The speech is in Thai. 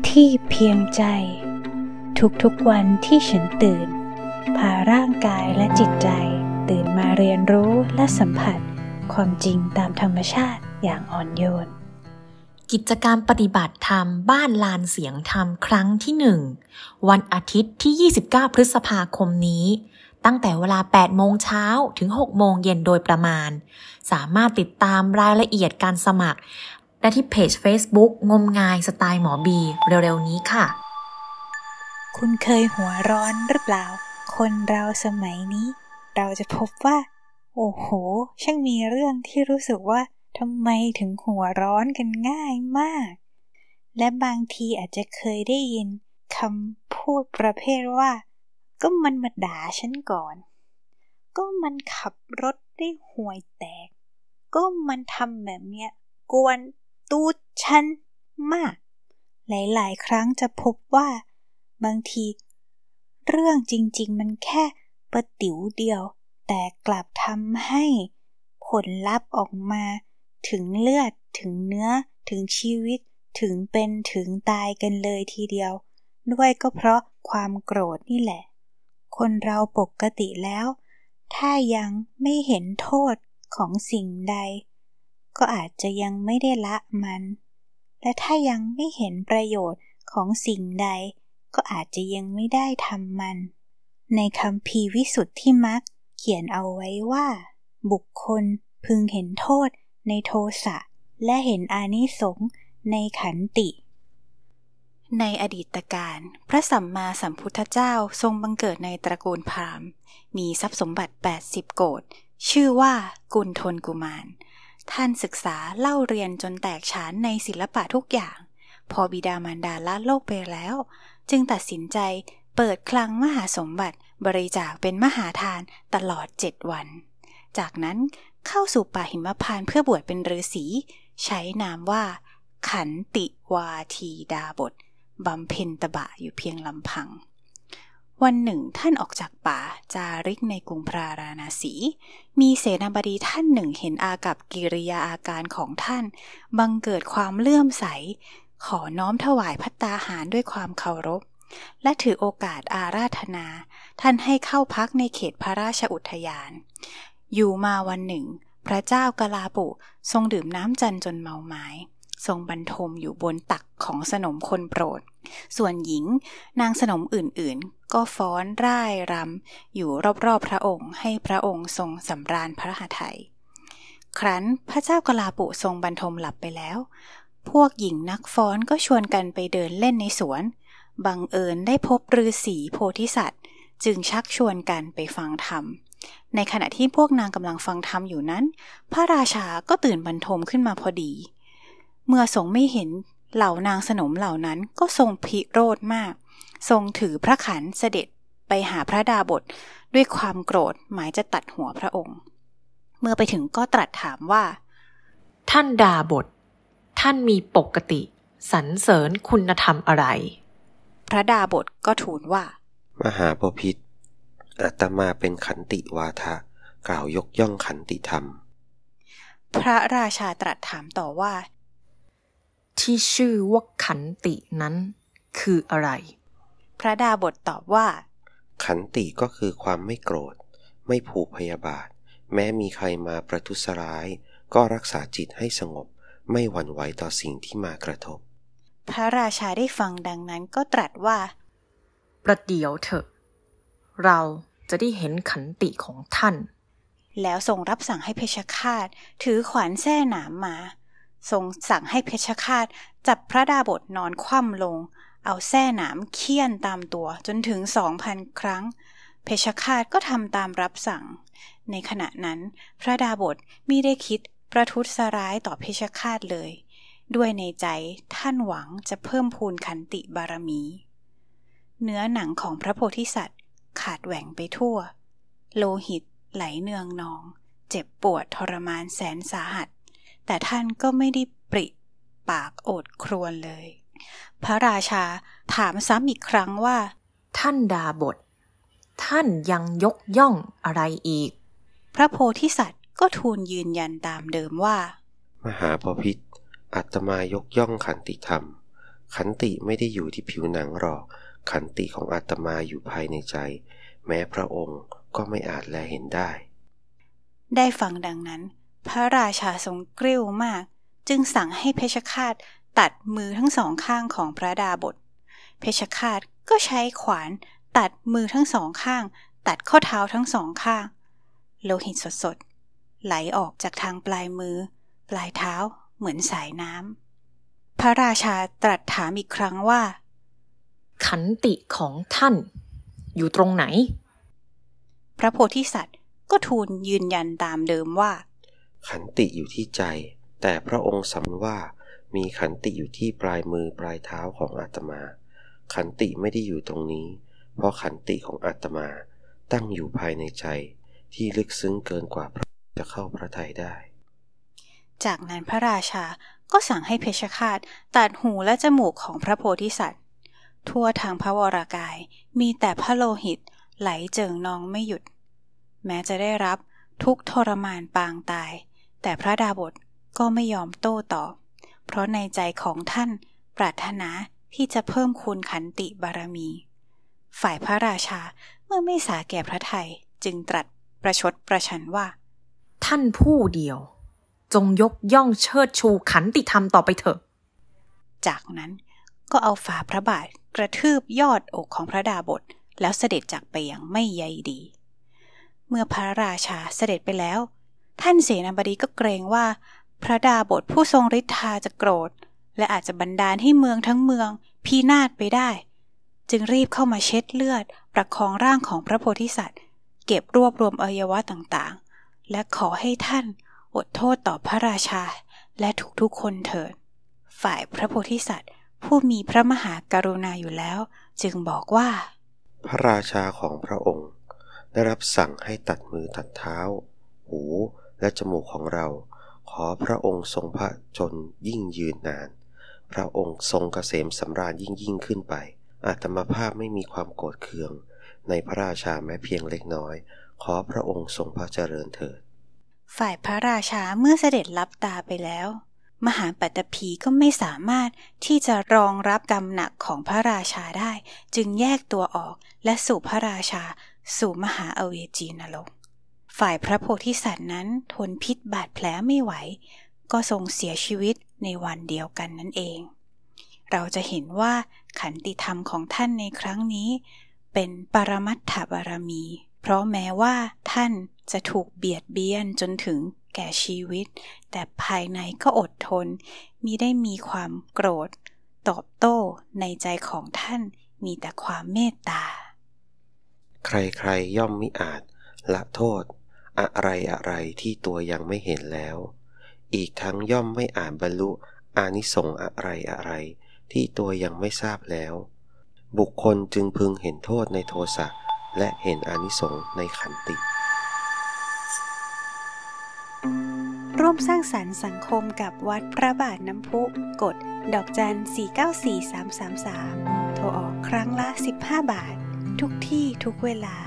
ที่เพียงใจทุกๆวันที่ฉันตื่นพาร่างกายและจิตใจตื่นมาเรียนรู้และสัมผัสความจริงตามธรรมชาติอย่างอ่อนโยนกิจกรรมปฏิบัติธรรมบ้านลานเสียงธรรมครั้งที่ 1วันอาทิตย์ที่29พฤษภาคมนี้ตั้งแต่เวลา 8 โมงเช้าถึง 6 โมงเย็นโดยประมาณสามารถติดตามรายละเอียดการสมัครได้ที่เพจ Facebook งมงายสไตล์หมอบีเร็วๆนี้ค่ะคุณเคยหัวร้อนหรือเปล่าคนเราสมัยนี้เราจะพบว่าโอ้โหช่างมีเรื่องที่รู้สึกว่าทำไมถึงหัวร้อนกันง่ายมากและบางทีอาจจะเคยได้ยินคำพูดประเภทว่าก็มันมาด่าฉันก่อนก็มันขับรถได้ห่วยแตกก็มันทำแบบเนี้ยกวนตูดฉันมากหลายๆครั้งจะพบว่าบางทีเรื่องจริงๆมันแค่ประติ๋วเดียวแต่กลับทำให้ผลลัพธ์ออกมาถึงเลือดถึงเนื้อถึงชีวิตถึงเป็นถึงตายกันเลยทีเดียวด้วยก็เพราะความโกรธนี่แหละคนเราปกติแล้วถ้ายังไม่เห็นโทษของสิ่งใดก็อาจจะยังไม่ได้ละมันและถ้ายังไม่เห็นประโยชน์ของสิ่งใดก็อาจจะยังไม่ได้ทำมันในคัมภีร์วิสุทธิมรรคเขียนเอาไว้ว่าบุคคลพึงเห็นโทษในโทสะและเห็นอานิสงส์ในขันติในอดีตการพระสัมมาสัมพุทธเจ้าทรงบังเกิดในตระกูลพราหมณ์มีทรัพย์สมบัติ80โกฏชื่อว่ากุณฑลกุมารท่านศึกษาเล่าเรียนจนแตกฉานในศิลปะทุกอย่างพอบิดามารดาละโลกไปแล้วจึงตัดสินใจเปิดคลังมหาสมบัติบริจาคเป็นมหาทานตลอด7วันจากนั้นเข้าสู่ป่าหิมพานต์เพื่อบวชเป็นฤาษีใช้นามว่าขันติวาทีดาบสบำเพ็ญตบะอยู่เพียงลำพังวันหนึ่งท่านออกจากป่าจาริกในกรุงพาราณสีมีเสนาบดีท่านหนึ่งเห็นอากัปกิริยาอาการของท่านบังเกิดความเลื่อมใสขอน้อมถวายภัตตาหารด้วยความเคารพและถือโอกาสอาราธนาท่านให้เข้าพักในเขตพระราชอุทยานอยู่มาวันหนึ่งพระเจ้ากลาปุทรงดื่มน้ำจันทร์จนเมาหมายทรงบรรทมอยู่บนตักของสนมคนโปรดส่วนหญิงนางสนมอื่นๆก็ฟ้อนร่ายรำอยู่รอบๆพระองค์ให้พระองค์ทรงสำราญพระหทัยครั้นพระเจ้ากลาปุทรงบรรทมหลับไปแล้วพวกหญิงนักฟ้อนก็ชวนกันไปเดินเล่นในสวนบังเอิญได้พบฤาษีโพธิสัตว์จึงชักชวนกันไปฟังธรรมในขณะที่พวกนางกำลังฟังธรรมอยู่นั้นพระราชาก็ตื่นบรรทมขึ้นมาพอดีเมื่อทรงไม่เห็นเหล่านางสนมเหล่านั้นก็ทรงพิโรธมากทรงถือพระขันเสด็จไปหาพระดาบสด้วยความโกรธหมายจะตัดหัวพระองค์เมื่อไปถึงก็ตรัสถามว่าท่านดาบสท่านมีปกติสรรเสริญคุณธรรมอะไรพระดาบสก็ทูลว่ามหาบพิตรอาตมาเป็นขันติวาทะกล่าวยกย่องขันติธรรมพระราชาตรัสถามต่อว่าที่ชื่อว่าขันตินั้นคืออะไรพระดาบสตอบว่าขันติก็คือความไม่โกรธไม่ผูกพยาบาทแม้มีใครมาประทุษร้ายก็รักษาจิตให้สงบไม่หวั่นไหวต่อสิ่งที่มากระทบพระราชาได้ฟังดังนั้นก็ตรัสว่าประเดี๋ยวเถอะเราจะได้เห็นขันติของท่านแล้วทรงรับสั่งให้เพชฌฆาตถือขวานแส้หนามมาทรงสั่งให้เพชฌฆาตจับพระดาบสนอนคว่ำลงเอาแส้หนามเฆี่ยนตามตัวจนถึง 2,000 ครั้งเพชฌฆาตก็ทำตามรับสั่งในขณะนั้นพระดาบสมิได้คิดประทุษร้ายต่อเพชฌฆาตเลยด้วยในใจท่านหวังจะเพิ่มพูนขันติบารมีเนื้อหนังของพระโพธิสัตว์ขาดแหว่งไปทั่วโลหิตไหลเนืองนองเจ็บปวดทรมานแสนสาหัสแต่ท่านก็ไม่ได้ปริปากโอดครวญเลยพระราชาถามซ้ำอีกครั้งว่าท่านดาบสท่านยังยกย่องอะไรอีกพระโพธิสัตว์ก็ทูลยืนยันตามเดิมว่ามหาบพิตรอาตมายกย่องขันติธรรมขันติไม่ได้อยู่ที่ผิวหนังหรอกขันติของอาตมาอยู่ภายในใจแม้พระองค์ก็ไม่อาจแลเห็นได้ฟังดังนั้นพระราชาทรงกริ้วมากจึงสั่งให้เพชฌฆาตตัดมือทั้งสองข้างของพระดาบสเพชฌฆาตก็ใช้ขวานตัดมือทั้งสองข้างตัดข้อเท้าทั้งสองข้างโลหิตสดๆไหลออกจากทางปลายมือปลายเท้าเหมือนสายน้ำพระราชาตรัสถามอีกครั้งว่าขันติของท่านอยู่ตรงไหนพระโพธิสัตว์ก็ทูลยืนยันตามเดิมว่าขันติอยู่ที่ใจแต่พระองค์สำว่ามีขันติอยู่ที่ปลายมือปลายเท้าของอาตมาขันติไม่ได้อยู่ตรงนี้เพราะขันติของอาตมาตั้งอยู่ภายในใจที่ลึกซึ้งเกินกว่าจะเข้าพระทัยได้จากนั้นพระราชาก็สั่งให้เพชฌฆาตตัดหูและจมูกของพระโพธิสัตว์ทั่วทางพระวรากายมีแต่พระโลหิตไหลเจิ่งนองไม่หยุดแม้จะได้รับทุกทรมานปางตายแต่พระดาบสก็ไม่ยอมโต้ตอบเพราะในใจของท่านปรารถนาที่จะเพิ่มคูณขันติบารมีฝ่ายพระราชาเมื่อไม่สาแก่พระทัยจึงตรัสประชดประชันว่าท่านผู้เดียวจงยกย่องเชิดชูขันติธรรมต่อไปเถอะจากนั้นก็เอาฝ่าพระบาทกระทืบยอดอกของพระดาบสแล้วเสด็จจากไปอย่างไม่ใยดีเมื่อพระราชาเสด็จไปแล้วท่านเสนาบดีก็เกรงว่าพระดาบสผู้ทรงฤทธาจะโกรธและอาจจะบันดาลให้เมืองทั้งเมืองพินาศไปได้จึงรีบเข้ามาเช็ดเลือดประคองร่างของพระโพธิสัตว์เก็บรวบรวมอวัยวะต่างๆและขอให้ท่านอดโทษต่อพระราชาและทุกๆคนเถิดฝ่ายพระโพธิสัตว์ผู้มีพระมหากรุณาอยู่แล้วจึงบอกว่าพระราชาของพระองค์ได้รับสั่งให้ตัดมือตัดเท้าหูและจมูกของเราขอพระองค์ทรงพระชนยิ่งยืนนานพระองค์ทรงเกษมสำราญยิ่งขึ้นไปอาตมาภาพไม่มีความโกรธเคืองในพระราชาแม้เพียงเล็กน้อยขอพระองค์ทรงพระเจริญเถิดฝ่ายพระราชาเมื่อเสด็จลับตาไปแล้วมหาปัตตภีก็ไม่สามารถที่จะรองรับกรรมหนักของพระราชาได้จึงแยกตัวออกและสู่พระราชาสู่มหาอเวจีนรกฝ่ายพระโพธิสัตว์นั้นทนพิษบาดแผลไม่ไหวก็ทรงเสียชีวิตในวันเดียวกันนั่นเองเราจะเห็นว่าขันติธรรมของท่านในครั้งนี้เป็นปรมัตถบารมีเพราะแม้ว่าท่านจะถูกเบียดเบียนจนถึงแก่ชีวิตแต่ภายในก็อดทนมิได้มีความโกรธตอบโต้ในใจของท่านมีแต่ความเมตตาใครๆย่อมมิอาจละโทษอะไรที่ตัวยังไม่เห็นแล้วอีกทั้งย่อมไม่อาจบรรลุอานิสงส์อะไรที่ตัวยังไม่ทราบแล้วบุคคลจึงพึงเห็นโทษในโทสะและเห็นอานิสงส์ในขันติร่วมสร้างสรรค์สังคมกับวัดพระบาทน้ำพุกดดอกจัน 494333 โทรออกครั้งละ15 บาททุกที่ทุกเวลา